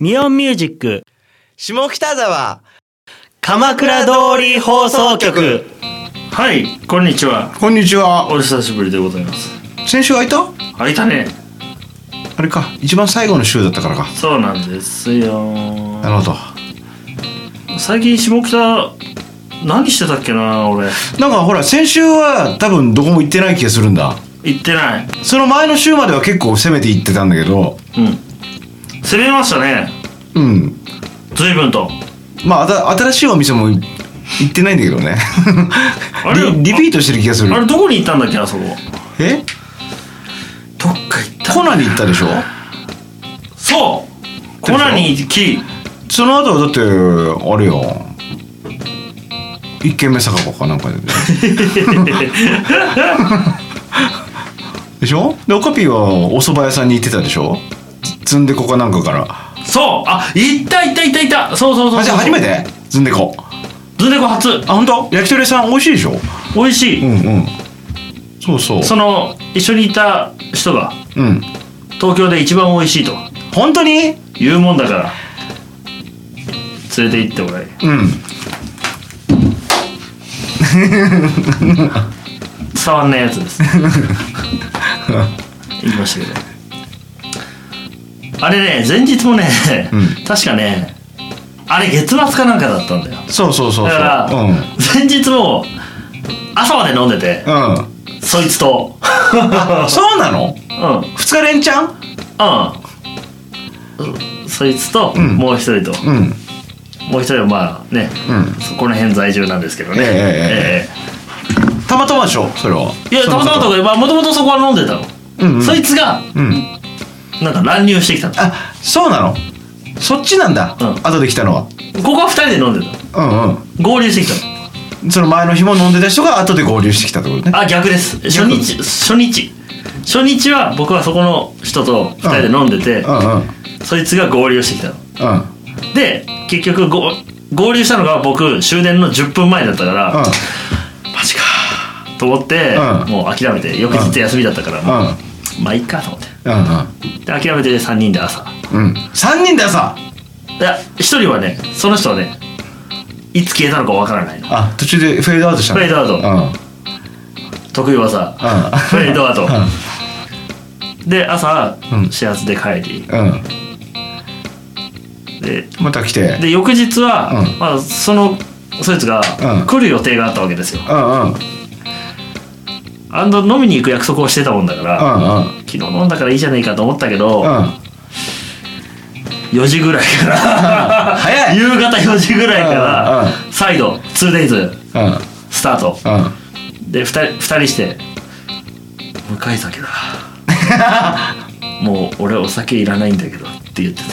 ミオンミュージック下北沢鎌倉通り放送局。 はい、こんにちは。 こんにちは。 お久しぶりでございます。 先週空いた？ 空いたね。 あれか、一番最後の週だったからか。 そうなんですよ。 なるほど。 最近下北何してたっけな俺。 なんかほら、先週は多分どこも行ってない気がするんだ。 行ってない。 その前の週までは結構攻めて行ってたんだけど。 うん、攻めましたね。 うん、 随分と。 まあ新しいお店も行ってないんだけどね。 あれリピートしてる気がする。 あれどこに行ったんだっけな、そこ。どっか行ったコナに行ったでしょ。 そうコナに行き、 その後はだってあれよ、一軒目酒場かなんかででしょ。でオカピーはお蕎麦屋さんに行ってたでしょ。ずんでこかなんかから。 そう、あ、行ったそうじゃあ初めてずんでこ初。 あ、本当？焼き鳥屋さん美味しいでしょ。 美味しい。 うんうん、そうそう。 その一緒にいた人が、 うん、 東京で一番美味しいと本当に言うもんだから連れて行ってもらい。伝わんないやつです言いましたけど、あれね、前日もね、確かね、あれ月末かなんかだったんだよ。 そうだから、前日も朝まで飲んでて、そいつとそうなの？2日連チャン？ そいつと、もう一人と、もう一人はまあね、この辺在住なんですけどね。 たまたまでしょそれは。 いや、たまたまとか、もともとそこは飲んでたの。そいつがなんか乱入してきたの。 あ、そうなの？そっちなんだ。後で来たのは。 ここは2人で飲んでた。合流してきたの。 その前の日も飲んでた人が後で合流してきたってことね。 あ、逆です。初日は僕はそこの人と2人で飲んでて、そいつが合流してきたの。で結局合流したのが僕終電の10分前だったから、マジかと思って、もう諦めて、翌日休みだったから、まあいいかと思って、で諦めて3人で朝。 3人で朝？ いや、1人はね、その人はね、いつ消えたのかわからないの。 あ、途中でフェードアウトしたの。 フェードアウト、得意技、フェードアウト、で朝、始発で帰り、でまた来て、 で翌日は、まあ、そいつが来る予定があったわけですよ。飲みに行く約束をしてたもんだから、昨日飲んだからいいじゃないかと思ったけど、4時ぐらいから早い夕方4時ぐらいから再度 2days スタートで、2人して「向かい酒だもう俺お酒いらないんだけど」って言ってて、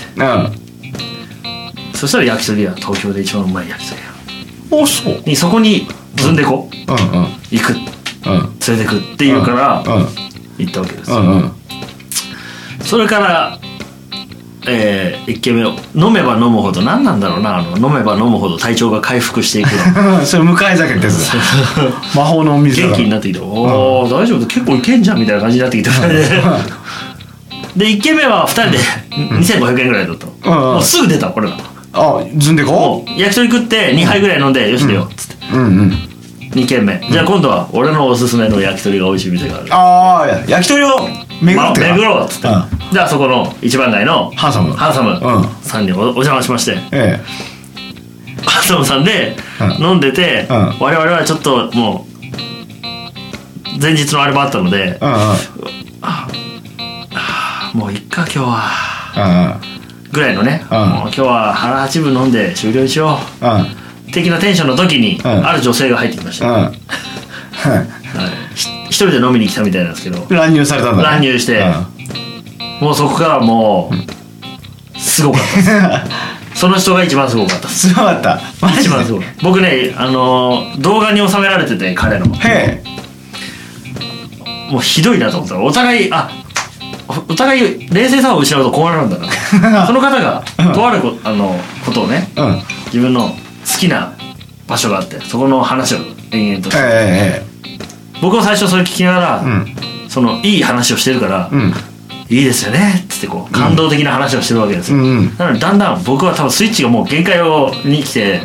そしたら焼き鳥屋、東京で一番うまい焼き鳥屋に、そこにずんでこ行く、連れてくって言うから行ったわけですよ。それから1軒目を飲めば飲むほど、何なんだろうな、飲めば飲むほど体調が回復していくそれ向かい酒ってやつだ。魔法のお水だ。 元気になってきて、おお大丈夫、結構いけんじゃんみたいな感じになってきてで1軒目は2人で2500円ぐらいだった。もうすぐ出たこれが。 あ、ずんでこ焼き鳥食って2杯ぐらい飲んで、よし出ようっつって、2軒目、じゃあ今度は俺のおすすめの焼き鳥が美味しい店がある。 ああ、焼き鳥を巡ろうっつって、じゃあそこの一番街のハンサムさんにお邪魔しまして、ハンサムさんで飲んでて、我々はちょっともう前日のあれもあったので、もういっか今日はぐらいのね、もう今日は腹八分飲んで終了しよう的なテンションの時に、ある女性が入ってきました。一人で飲みに来たみたいなんですけど、 乱入されたんだ。 乱入して、もうそこからもうすごかったですその人が一番すごかったです。 すごかった。 一番すごい。僕ね、動画に収められてて、彼のもうひどいなと思ったら、お互い冷静さを失うとこうなるんだなその方がとあることをね、自分の好きな場所があって、そこの話を延々として、僕は最初それ聞きながら、そのいい話をしてるから、いいですよねっつつってこう感動的な話をしてるわけですよ、なのでだんだん僕は多分スイッチがもう限界に来て、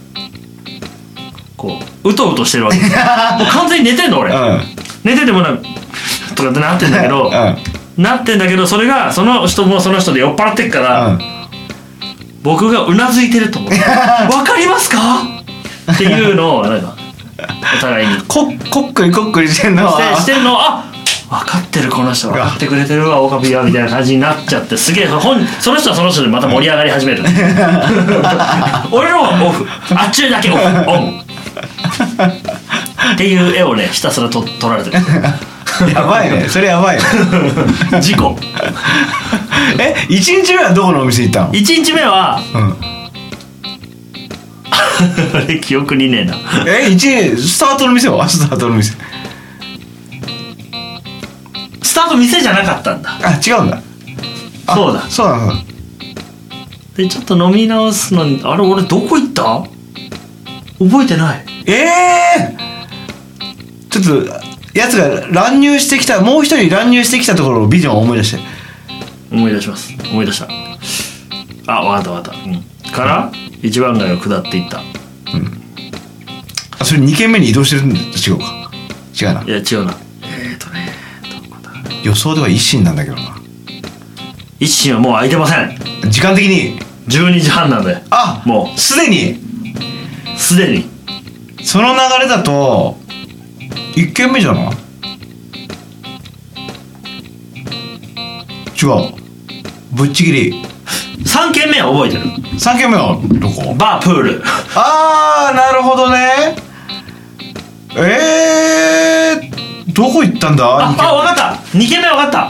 こううとうとしてるわけですよもう完全に寝てんの俺、寝ててもなんかとかってなってんだけど、なってんだけどそれがその人もその人で酔っ払ってっから、僕がうなずいてると思ってわかりますかっていうのをなんかお互いにこっくりこっくりしてんのはしてるのを分かってるこの人分かってくれてるわオカピがみたいな感じになっちゃってすげえその人はその人でまた盛り上がり始める俺のはオフあっちだけオンっていう絵をねひたすら撮られてるやばいねそれやばいね事故 1日目はどこのお店行ったの？ 1日目は、あれ記憶にねえなスタートの店はスタートの店スタート店じゃなかったんだ違うんだそうだそうなのでちょっと飲み直すのにあれ俺どこ行った覚えてないちょっとやつが乱入してきたもう一人乱入してきたところのビジョンを思い出して思い出します思い出したわかった、から一番街を下っていった、 それ2軒目に移動してるんで違うか違うないや違うなどこだ予想では一心なんだけどな一心はもう空いてません時間的に 12時半なんでもうすでにその流れだと1軒目じゃない違うぶっちぎり 3軒目は覚えてる 3軒目はどこ？ バープールなるほどねどこ行ったんだ分かった2軒目分かった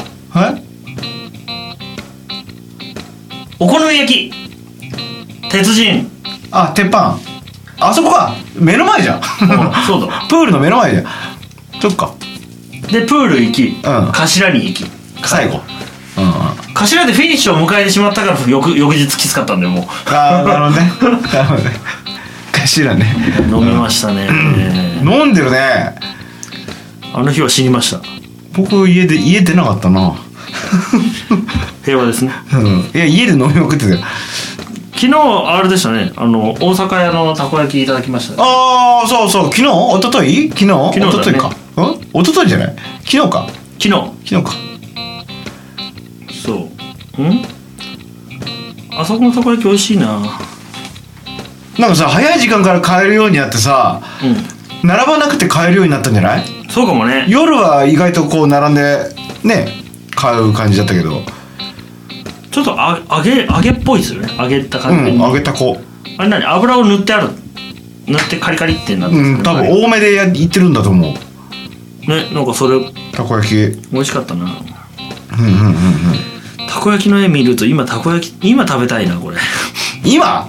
お好み焼き鉄人鉄板あそこか目の前じゃんそうだプールの目の前じゃんそっかでプール行き、頭に行き最後頭でフィニッシュを迎えてしまったから翌日きつかったんでもうなるほどね頭ね飲みましたね飲んでるねあの日は死にました僕家出なかったな平和ですねいや家で飲みまくってたよ昨日あれでしたね大阪屋のたこ焼きいただきました、ね、 そう昨日一昨日昨日一昨日か一昨日じゃない昨日か昨日かそうあそこのたこ焼き美味しいななんかさ早い時間から買えるようになってさ、並ばなくて買えるようになったんじゃない？ そうかもね夜は意外とこう並んでね買う感じだったけどちょっと揚げっぽいですよね揚げた感じ揚げた子あれ何油を塗ってカリカリってなってる、 多分多めでいってるんだと思うね。 なんかそれたこ焼き美味しかったなたこ焼きの絵見ると今食べたいなこれ今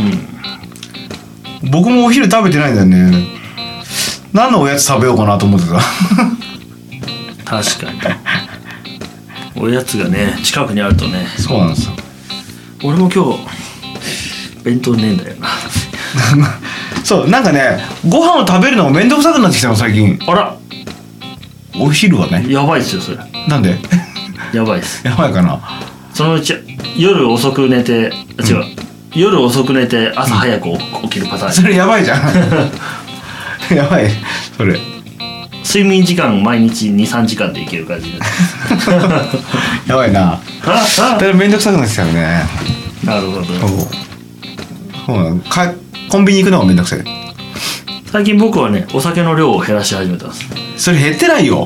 僕もお昼食べてないんだよね何のおやつ食べようかなと思ってた確かにおやつがね近くにあるとねそうなんですよ俺も今日弁当ねえんだよなそうなんかねご飯を食べるのもめんどくさくなってきたの最近あらお昼はねやばいっすよそれなんでやばいっすやばいかなそのうち夜遅く寝て夜遅く寝て朝早く起きるパターン、 それやばいじゃんやばいそれ睡眠時間毎日 2,3 時間でいける感じになってやばいなだからめんどくさくなってきたよねなるほどそうなのコンビニ行くのがめんどくさい最近僕はねお酒の量を減らし始めたんですそれ減ってないよ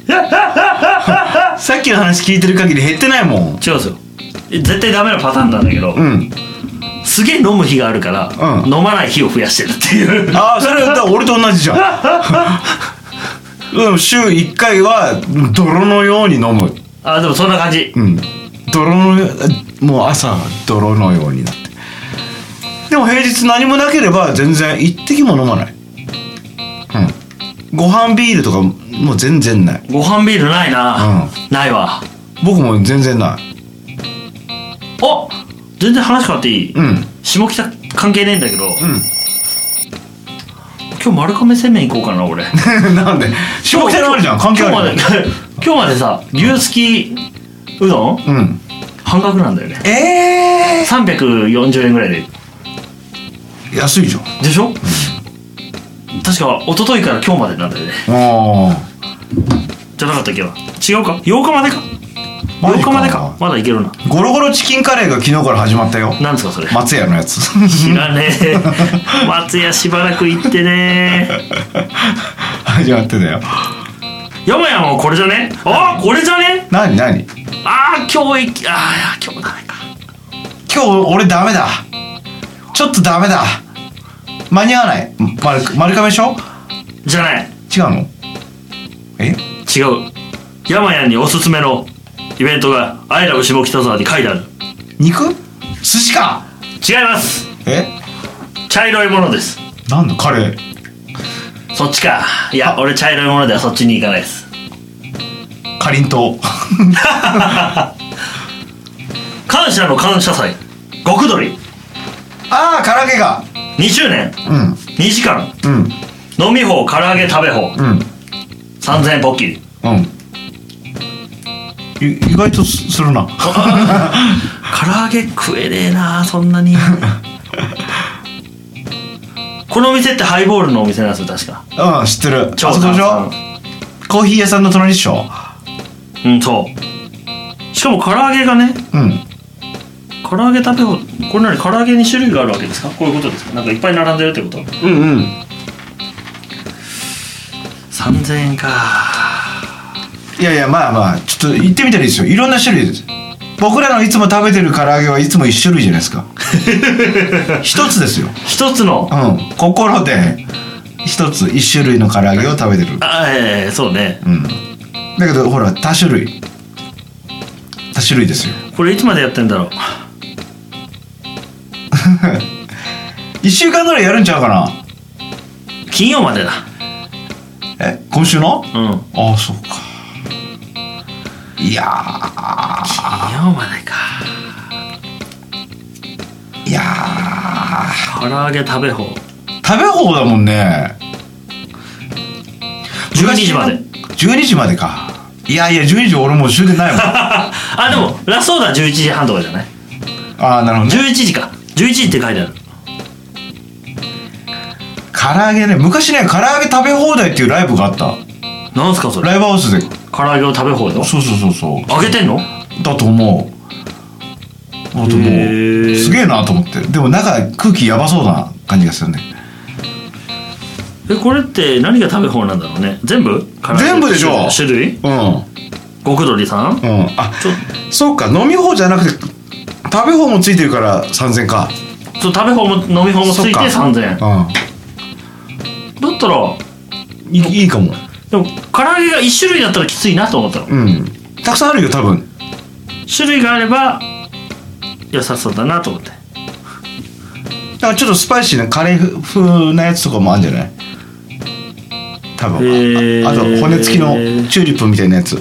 さっきの話聞いてる限り減ってないもん違うんですよ絶対ダメなパターンなんだけど、すげえ飲む日があるから、飲まない日を増やしてるっていうそれだ俺と同じじゃん週1回は泥のように飲むでもそんな感じ泥のもう朝泥のようになってでも平日何もなければ全然一滴も飲まないご飯ビールとかもう全然ないご飯ビールないな、ないわ僕も全然ない全然話変わっていい、下北関係ねえんだけど、今日丸亀製麺行こうかな俺なんで下北にあるじゃん関係ある今日までさ牛すきうどん半額なんだよね。340円ぐらいで安いじゃんでしょ、確か一昨日から今日までなんだよね。じゃなかったっけな。違うか、8日までか。8日までか。まだいけるな。 ゴロゴロチキンカレーが昨日から始まったよ。 なんですかそれ。 松屋のやつ。 知らねえ。松屋しばらく行ってね。 始まってたよ。 山々もこれじゃね。あ、これじゃね。 何今日今日ダメか。 今日俺ダメだ。ちょっとダメだ。間に合わない。丸亀でしょ。 じゃない。 違うの？ 違う。山々におすすめのイベントがアイラブ下北沢に書いてある。 肉？寿司か。 違います。茶色いものです。 なんだカレー。 そっちか。いや俺茶色いものではそっちに行かないです。 かりんとう。 感謝の感謝祭極鶏。 唐揚げが 2周年、2時間、飲み放唐揚げ食べ放、3000円ポッキリ。 意外とするな。 唐揚げ食えねえなそんなに。このお店ってハイボールのお店なんですよ確か。 知ってる。あそ超こでしょ。コーヒー屋さんの隣でしょ。 そうしかも唐揚げがね、唐揚げ食べ放題。これ何、唐揚げに種類があるわけですか。こういうことですか。なんかいっぱい並んでるってこと。3000円か。 いやいや、まあちょっと行ってみたらいいですよ。いろんな種類です。僕らのいつも食べてる唐揚げはいつも一種類じゃないですか。一つですよ。 一つの心で一つ一種類の唐揚げを食べてる。 そうね。 だけどほら多種類ですよ。 これいつまでやってんだろう。 1週間ぐらいやるんちゃうかな。 金曜までだ。 今週の？ ああ、そうか。いやー、 金曜までか。 いやー、唐揚げ食べ放だもんね。 12時まで。 12時までか。いや12時俺もう終電ないもん。 でもラストオーダー11時半とかじゃない。 なるほどね。 11時か。11時って書いてある。 唐揚げね、昔ね、唐揚げ食べ放題っていうライブがあった。 なんすかそれ。 ライブハウスで唐揚げを食べ放題。 そうあげてんのだと思う。もうすげえなと思って。でも中空気やばそうな感じがするね。 これって何が食べ放なんだろうね。全部でしょ。 種類。極鶏さん。 そうか。飲み放じゃなくて食べ放もついてるから3000か。 そう、食べ放も飲み放もついて3000円。だったらいいかも。 でも唐揚げが1種類だったらきついなと思ったの。 たくさんあるよ多分。 種類があれば良さそうだなと思って。だからちょっとスパイシーなカレー風なやつとかもあるんじゃない多分。あと骨付きのチューリップみたいなやつ。ちょ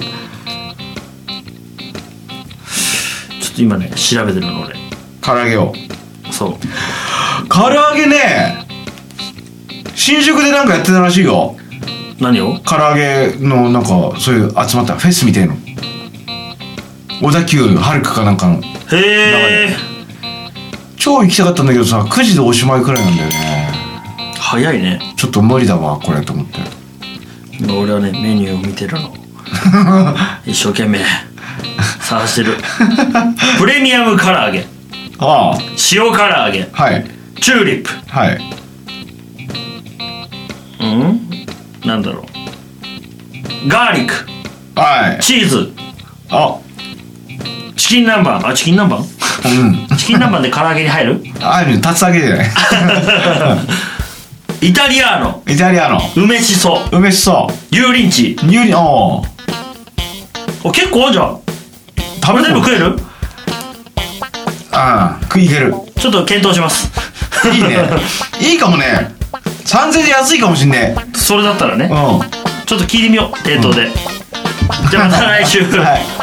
っと今ね調べてるの俺。 唐揚げを。 そう。 唐揚げね、新宿でなんかやってたらしいよ。 何を？ 唐揚げのなんかそういう集まったフェスみたいの。小田急ハルクかなんかの。 へえ。 超行きたかったんだけどさ、9時でおしまいくらいなんだよね。 早いね。 ちょっと無理だわこれと思って。 今俺はねメニューを見てるの。一生懸命探してる。プレミアム唐揚げ。塩唐揚げ。チューリップ。なんだろう。ガーリック。チーズ。チキン南蛮。チキン南蛮？チキン南蛮で唐揚げに入る？ 竜田揚げじゃない。 イタリアーノ。梅しそ。油淋鶏。結構あるじゃん。これ全部食える？ いける。 ちょっと検討します。 いいね。いいかもね。3000円で安いかもしんね。 それだったらね。ちょっと聞いてみよう店頭で。じゃあまた来週。